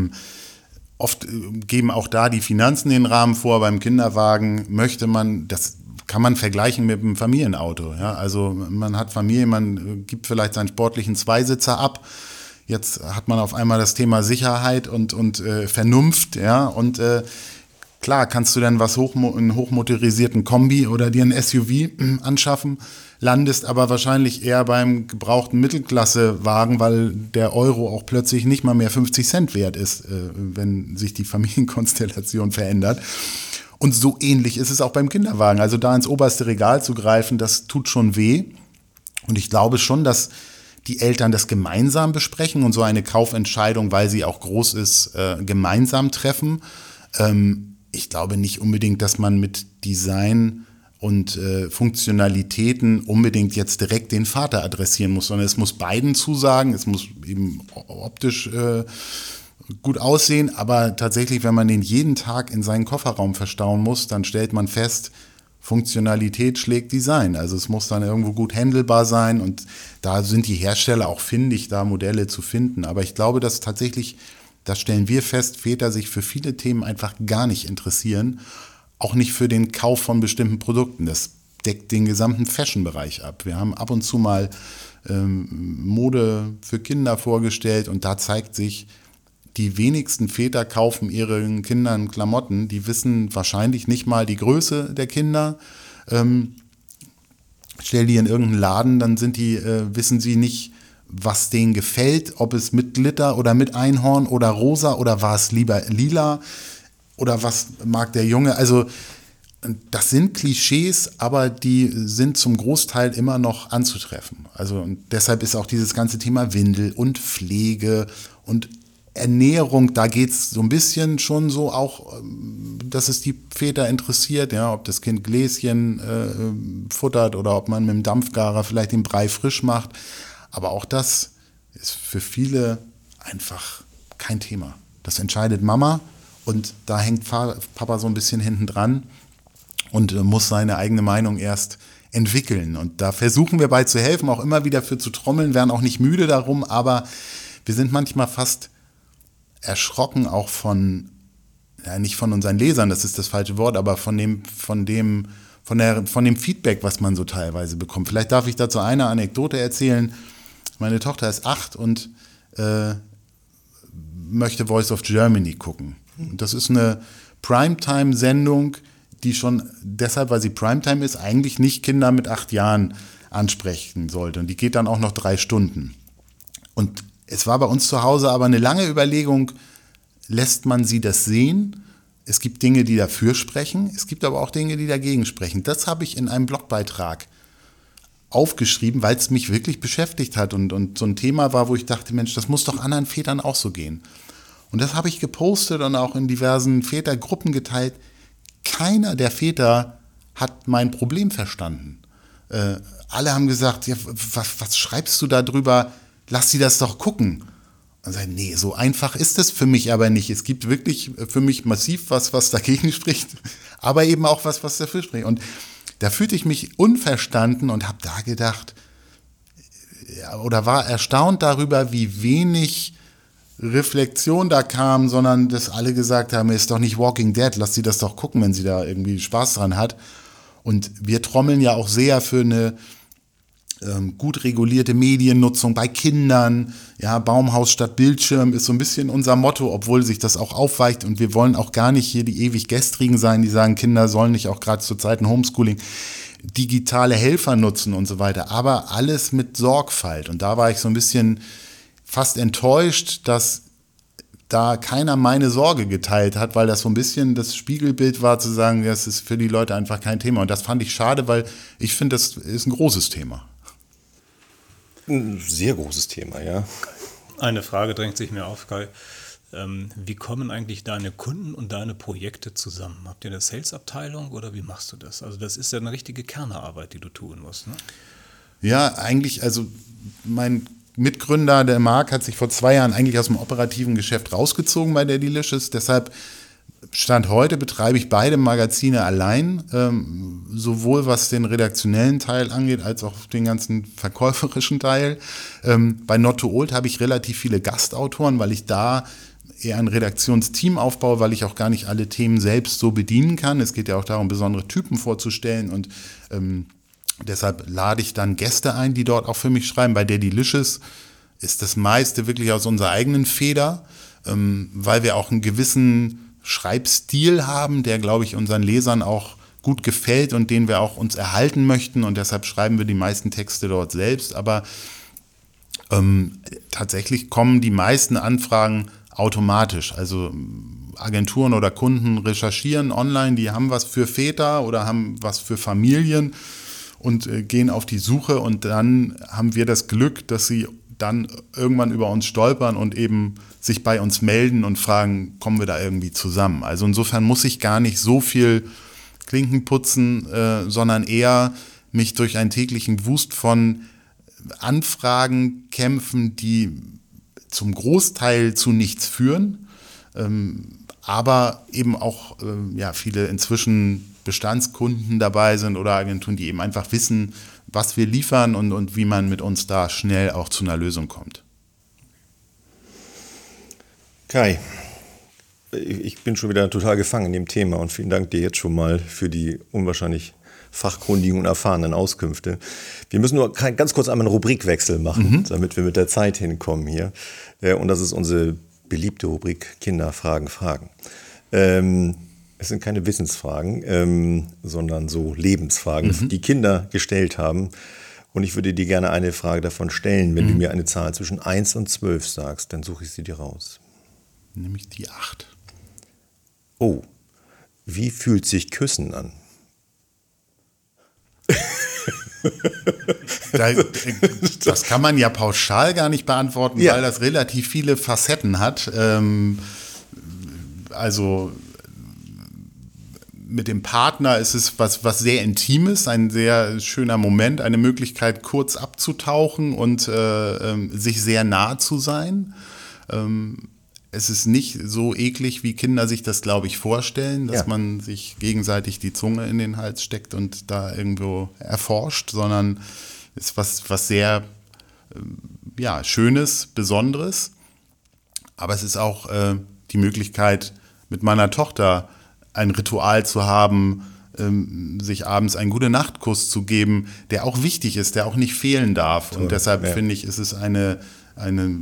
Oft geben auch da die Finanzen den Rahmen vor. Beim Kinderwagen möchte man, das kann man vergleichen mit einem Familienauto. Ja? Also man hat Familie, man gibt vielleicht seinen sportlichen Zweisitzer ab. Jetzt hat man auf einmal das Thema Sicherheit und Vernunft, ja, und klar, kannst du dann einen hochmotorisierten Kombi oder dir ein SUV anschaffen, landest aber wahrscheinlich eher beim gebrauchten Mittelklassewagen, weil der Euro auch plötzlich nicht mal mehr 50 Cent wert ist, wenn sich die Familienkonstellation verändert. Und so ähnlich ist es auch beim Kinderwagen. Also da ins oberste Regal zu greifen, das tut schon weh. Und ich glaube schon, dass die Eltern das gemeinsam besprechen und so eine Kaufentscheidung, weil sie auch groß ist, gemeinsam treffen. Ich glaube nicht unbedingt, dass man mit Design und Funktionalitäten unbedingt jetzt direkt den Vater adressieren muss, sondern es muss beiden zusagen, es muss eben optisch gut aussehen, aber tatsächlich, wenn man den jeden Tag in seinen Kofferraum verstauen muss, dann stellt man fest, Funktionalität schlägt Design. Also es muss dann irgendwo gut handelbar sein und da sind die Hersteller auch findig, da Modelle zu finden. Aber ich glaube, dass tatsächlich, das stellen wir fest, Väter sich für viele Themen einfach gar nicht interessieren, auch nicht für den Kauf von bestimmten Produkten. Das deckt den gesamten Fashion-Bereich ab. Wir haben ab und zu mal Mode für Kinder vorgestellt und da zeigt sich, die wenigsten Väter kaufen ihren Kindern Klamotten, die wissen wahrscheinlich nicht mal die Größe der Kinder. Stell die in irgendeinen Laden, dann wissen sie nicht, was denen gefällt, ob es mit Glitter oder mit Einhorn oder rosa oder war es lieber lila oder was mag der Junge. Also das sind Klischees, aber die sind zum Großteil immer noch anzutreffen. Also und deshalb ist auch dieses ganze Thema Windel und Pflege und Ernährung, da geht es so ein bisschen schon so auch, dass es die Väter interessiert, ja, ob das Kind Gläschen futtert oder ob man mit dem Dampfgarer vielleicht den Brei frisch macht. Aber auch das ist für viele einfach kein Thema. Das entscheidet Mama und da hängt Papa so ein bisschen hinten dran und muss seine eigene Meinung erst entwickeln. Und da versuchen wir bei zu helfen, auch immer wieder für zu trommeln, werden auch nicht müde darum, aber wir sind manchmal fast erschrocken auch nicht von unseren Lesern, das ist das falsche Wort, aber von dem Feedback, was man so teilweise bekommt. Vielleicht darf ich dazu eine Anekdote erzählen. Meine Tochter ist 8 und möchte Voice of Germany gucken. Und das ist eine Primetime-Sendung, die schon deshalb, weil sie Primetime ist, eigentlich nicht Kinder mit 8 Jahren ansprechen sollte. Und die geht dann auch noch 3 Stunden. Und es war bei uns zu Hause aber eine lange Überlegung, lässt man sie das sehen? Es gibt Dinge, die dafür sprechen, es gibt aber auch Dinge, die dagegen sprechen. Das habe ich in einem Blogbeitrag aufgeschrieben, weil es mich wirklich beschäftigt hat und so ein Thema war, wo ich dachte, Mensch, das muss doch anderen Vätern auch so gehen. Und das habe ich gepostet und auch in diversen Vätergruppen geteilt. Keiner der Väter hat mein Problem verstanden. Alle haben gesagt, ja, was schreibst du da drüber? Lass sie das doch gucken. Und sagen, nee, so einfach ist es für mich aber nicht. Es gibt wirklich für mich massiv was dagegen spricht, aber eben auch was dafür spricht. Und da fühlte ich mich unverstanden und habe da gedacht, oder war erstaunt darüber, wie wenig Reflexion da kam, sondern dass alle gesagt haben, ist doch nicht Walking Dead, lass sie das doch gucken, wenn sie da irgendwie Spaß dran hat. Und wir trommeln ja auch sehr für eine gut regulierte Mediennutzung bei Kindern. Ja, Baumhaus statt Bildschirm ist so ein bisschen unser Motto, obwohl sich das auch aufweicht. Und wir wollen auch gar nicht hier die ewig Gestrigen sein, die sagen, Kinder sollen nicht auch gerade zur Zeit ein Homeschooling digitale Helfer nutzen und so weiter. Aber alles mit Sorgfalt. Und da war ich so ein bisschen fast enttäuscht, dass da keiner meine Sorge geteilt hat, weil das so ein bisschen das Spiegelbild war, zu sagen, das ist für die Leute einfach kein Thema. Und das fand ich schade, weil ich finde, das ist ein großes Thema. Ein sehr großes Thema, ja. Eine Frage drängt sich mir auf, Kai. Wie kommen eigentlich deine Kunden und deine Projekte zusammen? Habt ihr eine Sales-Abteilung oder wie machst du das? Also das ist ja eine richtige Kernearbeit, die du tun musst, ne? Ja, eigentlich, also mein Mitgründer, der Marc, hat sich vor 2 Jahren eigentlich aus dem operativen Geschäft rausgezogen bei der Delicious. Deshalb Stand heute betreibe ich beide Magazine allein, sowohl was den redaktionellen Teil angeht, als auch den ganzen verkäuferischen Teil. Bei Not Too Old habe ich relativ viele Gastautoren, weil ich da eher ein Redaktionsteam aufbaue, weil ich auch gar nicht alle Themen selbst so bedienen kann. Es geht ja auch darum, besondere Typen vorzustellen und deshalb lade ich dann Gäste ein, die dort auch für mich schreiben. Bei der Delicious ist das meiste wirklich aus unserer eigenen Feder, weil wir auch einen gewissen Schreibstil haben, der, glaube ich, unseren Lesern auch gut gefällt und den wir auch uns erhalten möchten. Und deshalb schreiben wir die meisten Texte dort selbst. Aber tatsächlich kommen die meisten Anfragen automatisch. Also Agenturen oder Kunden recherchieren online, die haben was für Väter oder haben was für Familien und gehen auf die Suche. Und dann haben wir das Glück, dass sie dann irgendwann über uns stolpern und eben sich bei uns melden und fragen, kommen wir da irgendwie zusammen. Also insofern muss ich gar nicht so viel Klinken putzen, sondern eher mich durch einen täglichen Wust von Anfragen kämpfen, die zum Großteil zu nichts führen, aber eben auch viele inzwischen Bestandskunden dabei sind oder Agenturen, die eben einfach wissen, was wir liefern und wie man mit uns da schnell auch zu einer Lösung kommt. Kai, ich bin schon wieder total gefangen in dem Thema und vielen Dank dir jetzt schon mal für die unwahrscheinlich fachkundigen und erfahrenen Auskünfte. Wir müssen nur ganz kurz einmal einen Rubrikwechsel machen, damit wir mit der Zeit hinkommen hier. Und das ist unsere beliebte Rubrik Kinder fragen Fragen. Es sind keine Wissensfragen, sondern so Lebensfragen, die Kinder gestellt haben. Und ich würde dir gerne eine Frage davon stellen. Wenn du mir eine Zahl zwischen 1 und 12 sagst, dann suche ich sie dir raus. Nämlich die 8. Oh, wie fühlt sich Küssen an? Das kann man ja pauschal gar nicht beantworten, weil das relativ viele Facetten hat. Also mit dem Partner ist es was sehr Intimes, ein sehr schöner Moment, eine Möglichkeit, kurz abzutauchen und sich sehr nah zu sein. Es ist nicht so eklig, wie Kinder sich das, glaube ich, vorstellen, dass man sich gegenseitig die Zunge in den Hals steckt und da irgendwo erforscht, sondern ist was sehr Schönes, Besonderes. Aber es ist auch die Möglichkeit, mit meiner Tochter ein Ritual zu haben, sich abends einen Gute-Nacht-Kuss zu geben, der auch wichtig ist, der auch nicht fehlen darf. Toll, und deshalb finde ich, ist es eine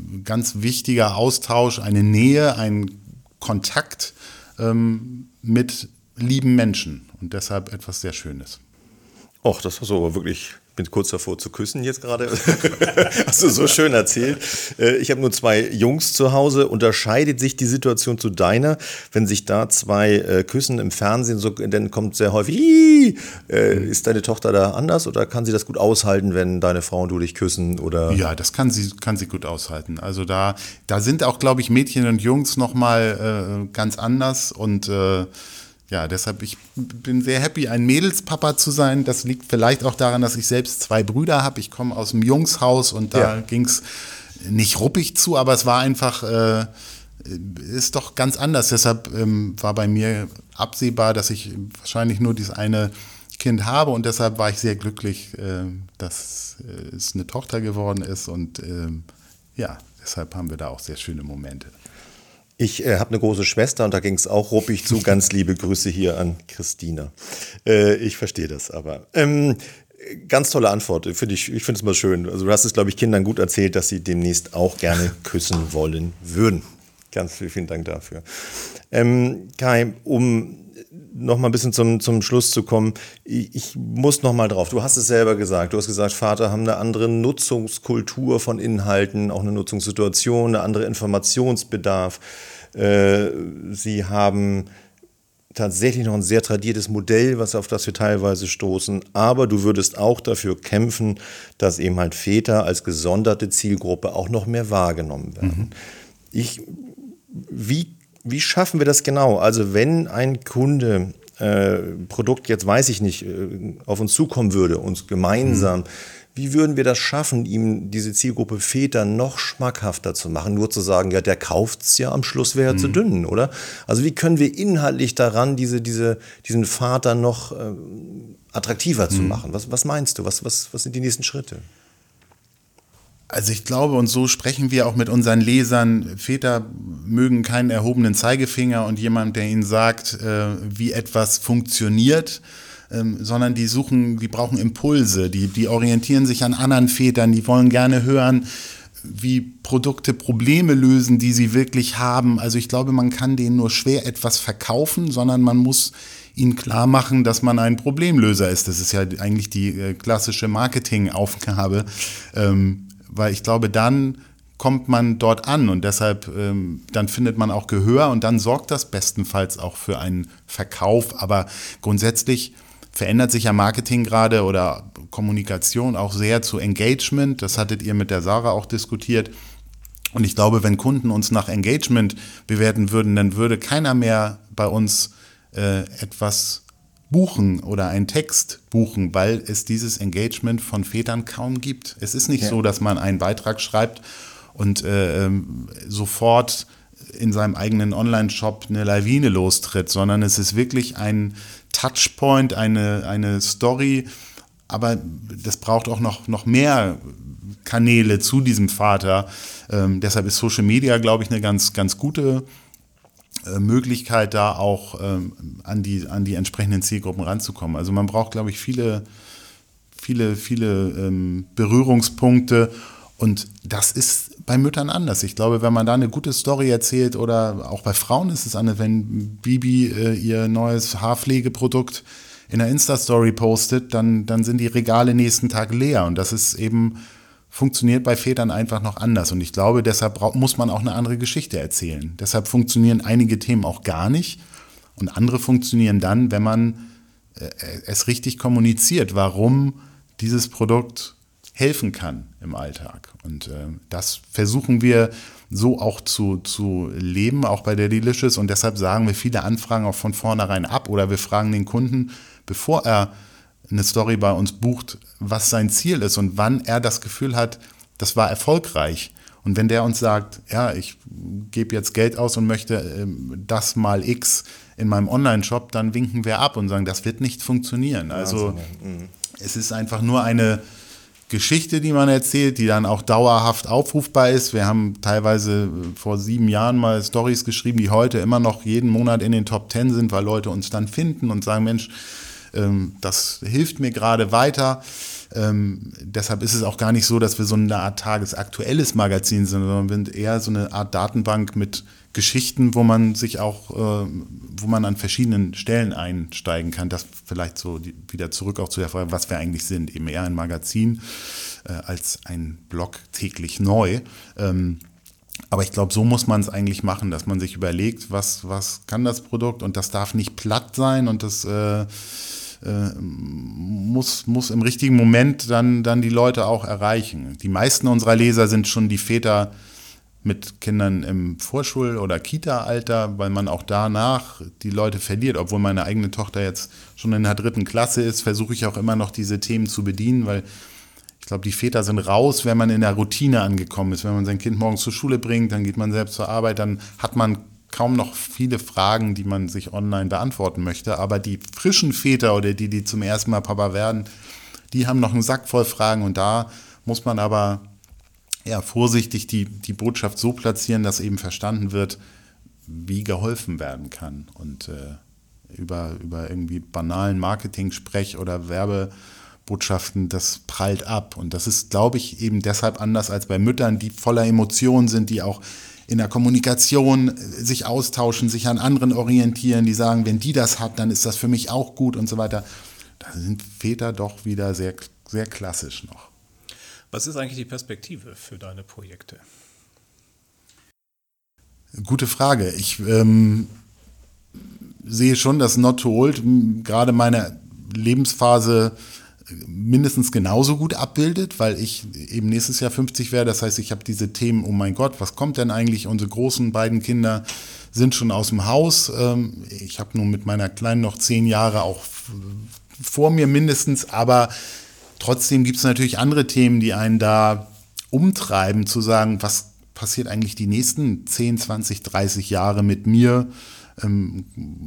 ganz wichtiger Austausch, eine Nähe, ein Kontakt mit lieben Menschen und deshalb etwas sehr Schönes. Och, das war so wirklich, ich bin kurz davor zu küssen jetzt gerade. Hast du so schön erzählt. Ich habe nur 2 Jungs zu Hause. Unterscheidet sich die Situation zu deiner, wenn sich da 2 küssen im Fernsehen, so, dann kommt sehr häufig, ist deine Tochter da anders oder kann sie das gut aushalten, wenn deine Frau und du dich küssen? Oder? Ja, das kann sie gut aushalten. Also da sind auch, glaube ich, Mädchen und Jungs nochmal ganz anders und ja, deshalb, ich bin sehr happy, ein Mädelspapa zu sein. Das liegt vielleicht auch daran, dass ich selbst 2 Brüder habe. Ich komme aus dem Jungshaus und da ging es nicht ruppig zu, aber es war einfach, ist doch ganz anders. Deshalb war bei mir absehbar, dass ich wahrscheinlich nur dieses eine Kind habe und deshalb war ich sehr glücklich, dass es eine Tochter geworden ist und ja, deshalb haben wir da auch sehr schöne Momente. Ich habe eine große Schwester und da ging es auch ruppig zu. Ganz liebe Grüße hier an Christina. Ich verstehe das aber. Ganz tolle Antwort. Ich finde es mal schön. Also du hast es, glaube ich, Kindern gut erzählt, dass sie demnächst auch gerne küssen wollen würden. Ganz vielen Dank dafür. Kai, um noch mal ein bisschen zum Schluss zu kommen, ich muss noch mal drauf. Du hast es selber gesagt. Du hast gesagt, Vater haben eine andere Nutzungskultur von Inhalten, auch eine Nutzungssituation, eine andere Informationsbedarf. Sie haben tatsächlich noch ein sehr tradiertes Modell, auf das wir teilweise stoßen. Aber du würdest auch dafür kämpfen, dass eben halt Väter als gesonderte Zielgruppe auch noch mehr wahrgenommen werden. Wie schaffen wir das genau? Also wenn ein Kunde Produkt, jetzt weiß ich nicht, auf uns zukommen würde, uns gemeinsam, wie würden wir das schaffen, ihm diese Zielgruppe Väter noch schmackhafter zu machen? Nur zu sagen, ja, der kauft's ja, am Schluss wäre er zu dünn, oder? Also wie können wir inhaltlich daran, diesen Vater noch attraktiver zu machen? Was meinst du? Was sind die nächsten Schritte? Also ich glaube, und so sprechen wir auch mit unseren Lesern, Väter mögen keinen erhobenen Zeigefinger und jemand, der ihnen sagt, wie etwas funktioniert, sondern die brauchen Impulse, die orientieren sich an anderen Vätern, die wollen gerne hören, wie Produkte Probleme lösen, die sie wirklich haben. Also ich glaube, man kann denen nur schwer etwas verkaufen, sondern man muss ihnen klar machen, dass man ein Problemlöser ist. Das ist ja eigentlich die klassische Marketingaufgabe, weil ich glaube, dann kommt man dort an und deshalb, dann findet man auch Gehör und dann sorgt das bestenfalls auch für einen Verkauf. Aber grundsätzlich verändert sich ja Marketing gerade oder Kommunikation auch sehr zu Engagement. Das hattet ihr mit der Sarah auch diskutiert. Und ich glaube, wenn Kunden uns nach Engagement bewerten würden, dann würde keiner mehr bei uns etwas buchen oder einen Text buchen, weil es dieses Engagement von Vätern kaum gibt. Es ist nicht so, dass man einen Beitrag schreibt und sofort in seinem eigenen Online-Shop eine Lawine lostritt, sondern es ist wirklich ein Touchpoint, eine Story, aber das braucht auch noch mehr Kanäle zu diesem Vater. Deshalb ist Social Media, glaube ich, eine ganz, ganz gute Möglichkeit, da auch an die entsprechenden Zielgruppen ranzukommen. Also man braucht, glaube ich, viele Berührungspunkte und das ist bei Müttern anders. Ich glaube, wenn man da eine gute Story erzählt oder auch bei Frauen ist es anders, wenn Bibi ihr neues Haarpflegeprodukt in der Insta-Story postet, dann sind die Regale nächsten Tag leer und das ist eben funktioniert bei Vätern einfach noch anders. Und ich glaube, deshalb muss man auch eine andere Geschichte erzählen. Deshalb funktionieren einige Themen auch gar nicht. Und andere funktionieren dann, wenn man es richtig kommuniziert, warum dieses Produkt helfen kann im Alltag. Und das versuchen wir so auch zu leben, auch bei der Delicious. Und deshalb sagen wir viele Anfragen auch von vornherein ab. Oder wir fragen den Kunden, bevor er eine Story bei uns bucht, was sein Ziel ist und wann er das Gefühl hat, das war erfolgreich. Und wenn der uns sagt, ja, ich gebe jetzt Geld aus und möchte das mal X in meinem Online-Shop, dann winken wir ab und sagen, das wird nicht funktionieren. Also es ist einfach nur eine Geschichte, die man erzählt, die dann auch dauerhaft aufrufbar ist. Wir haben teilweise vor 7 Jahren mal Stories geschrieben, die heute immer noch jeden Monat in den Top 10 sind, weil Leute uns dann finden und sagen, Mensch, das hilft mir gerade weiter. Deshalb ist es auch gar nicht so, dass wir so eine Art tagesaktuelles Magazin sind, sondern wir sind eher so eine Art Datenbank mit Geschichten, wo man sich auch, wo man an verschiedenen Stellen einsteigen kann. Das vielleicht so wieder zurück auch zu der Frage, was wir eigentlich sind. Eben eher ein Magazin als ein Blog täglich neu. Aber ich glaube, so muss man es eigentlich machen, dass man sich überlegt, was kann das Produkt, und das darf nicht platt sein, und das muss im richtigen Moment dann die Leute auch erreichen. Die meisten unserer Leser sind schon die Väter mit Kindern im Vorschul- oder Kita-Alter, weil man auch danach die Leute verliert. Obwohl meine eigene Tochter jetzt schon in der 3. Klasse ist, versuche ich auch immer noch diese Themen zu bedienen, weil ich glaube, die Väter sind raus, wenn man in der Routine angekommen ist. Wenn man sein Kind morgens zur Schule bringt, dann geht man selbst zur Arbeit, dann hat man kaum noch viele Fragen, die man sich online beantworten möchte. Aber die frischen Väter oder die zum ersten Mal Papa werden, die haben noch einen Sack voll Fragen, und da muss man aber vorsichtig die Botschaft so platzieren, dass eben verstanden wird, wie geholfen werden kann. Und über irgendwie banalen Marketing-Sprech oder Werbebotschaften, das prallt ab. Und das ist, glaube ich, eben deshalb anders als bei Müttern, die voller Emotionen sind, die auch in der Kommunikation sich austauschen, sich an anderen orientieren, die sagen, wenn die das hat, dann ist das für mich auch gut und so weiter. Da sind Väter doch wieder sehr, sehr klassisch noch. Was ist eigentlich die Perspektive für deine Projekte? Gute Frage. Ich sehe schon, dass Not Too Old gerade meine Lebensphase mindestens genauso gut abbildet, weil ich eben nächstes Jahr 50 werde. Das heißt, ich habe diese Themen, oh mein Gott, was kommt denn eigentlich? Unsere großen beiden Kinder sind schon aus dem Haus. Ich habe nun mit meiner Kleinen noch 10 Jahre auch vor mir mindestens, aber trotzdem gibt es natürlich andere Themen, die einen da umtreiben, zu sagen, was passiert eigentlich die nächsten 10, 20, 30 Jahre mit mir? Und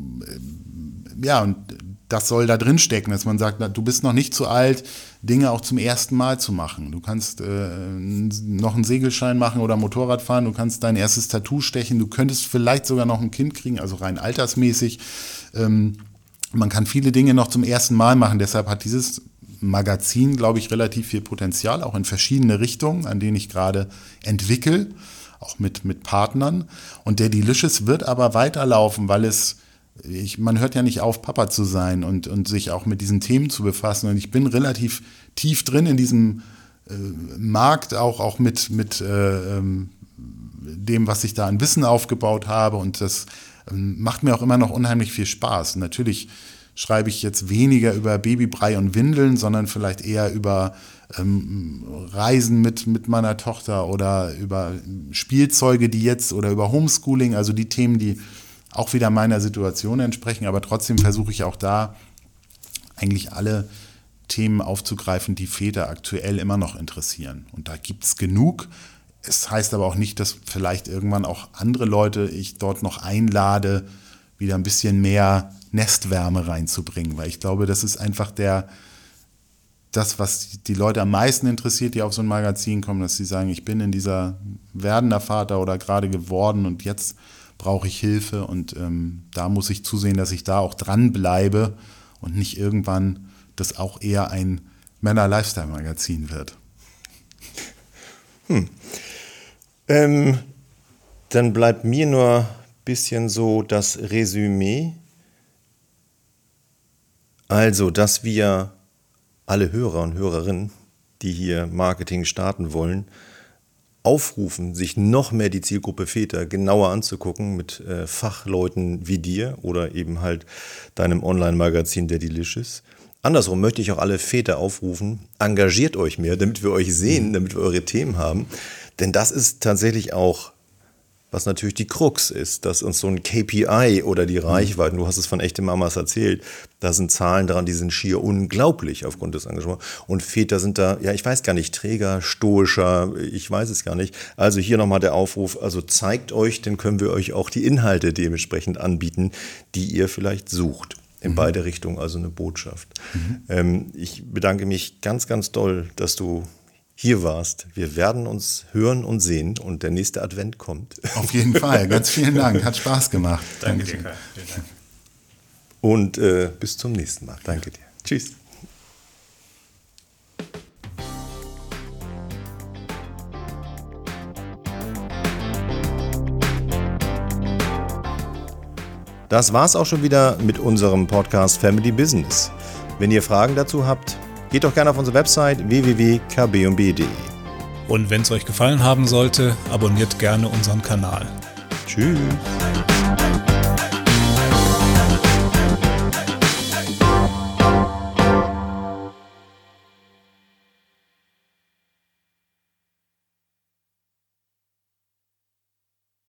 das soll da drin stecken, dass man sagt, du bist noch nicht zu alt, Dinge auch zum ersten Mal zu machen. Du kannst noch einen Segelschein machen oder Motorrad fahren, du kannst dein erstes Tattoo stechen, du könntest vielleicht sogar noch ein Kind kriegen, also rein altersmäßig. Man kann viele Dinge noch zum ersten Mal machen, deshalb hat dieses Magazin, glaube ich, relativ viel Potenzial, auch in verschiedene Richtungen, an denen ich gerade entwickle, auch mit Partnern. Und der Delicious wird aber weiterlaufen, weil man hört ja nicht auf, Papa zu sein und sich auch mit diesen Themen zu befassen. Und ich bin relativ tief drin in diesem Markt, auch mit dem, was ich da an Wissen aufgebaut habe. Und das macht mir auch immer noch unheimlich viel Spaß. Und natürlich schreibe ich jetzt weniger über Babybrei und Windeln, sondern vielleicht eher über Reisen mit meiner Tochter oder über Spielzeuge, oder über Homeschooling, also die Themen, die auch wieder meiner Situation entsprechen, aber trotzdem versuche ich auch da eigentlich alle Themen aufzugreifen, die Väter aktuell immer noch interessieren. Und da gibt es genug. Es heißt aber auch nicht, dass vielleicht irgendwann auch andere Leute ich dort noch einlade, wieder ein bisschen mehr Nestwärme reinzubringen, weil ich glaube, das ist einfach das, was die Leute am meisten interessiert, die auf so ein Magazin kommen, dass sie sagen, ich bin in dieser werdender Vater oder gerade geworden und jetzt brauche ich Hilfe, und da muss ich zusehen, dass ich da auch dranbleibe und nicht irgendwann das auch eher ein Männer-Lifestyle-Magazin wird. Dann bleibt mir nur ein bisschen so das Resümee. Also, dass wir alle Hörer und Hörerinnen, die hier Marketing starten wollen, aufrufen, sich noch mehr die Zielgruppe Väter genauer anzugucken mit Fachleuten wie dir oder eben halt deinem Online-Magazin der Delicious. Andersrum möchte ich auch alle Väter aufrufen, engagiert euch mehr, damit wir euch sehen, damit wir eure Themen haben. Denn das ist tatsächlich auch, was natürlich die Krux ist, dass uns so ein KPI oder die Reichweiten, du hast es von echte Mamas erzählt, da sind Zahlen dran, die sind schier unglaublich aufgrund des Engagements. Und Väter sind da, ich weiß gar nicht, träger, stoischer, ich weiß es gar nicht. Also hier nochmal der Aufruf, also zeigt euch, dann können wir euch auch die Inhalte dementsprechend anbieten, die ihr vielleicht sucht. In beide Richtungen, also eine Botschaft. Ich bedanke mich ganz, ganz doll, dass du hier warst. Wir werden uns hören und sehen und der nächste Advent kommt. Auf jeden Fall. Ganz vielen Dank. Hat Spaß gemacht. Danke dir, Kai. Vielen Dank. Und bis zum nächsten Mal. Danke dir. Tschüss. Das war's auch schon wieder mit unserem Podcast Family Business. Wenn ihr Fragen dazu habt, geht doch gerne auf unsere Website www.kb&b.de. Und wenn es euch gefallen haben sollte, abonniert gerne unseren Kanal. Tschüss.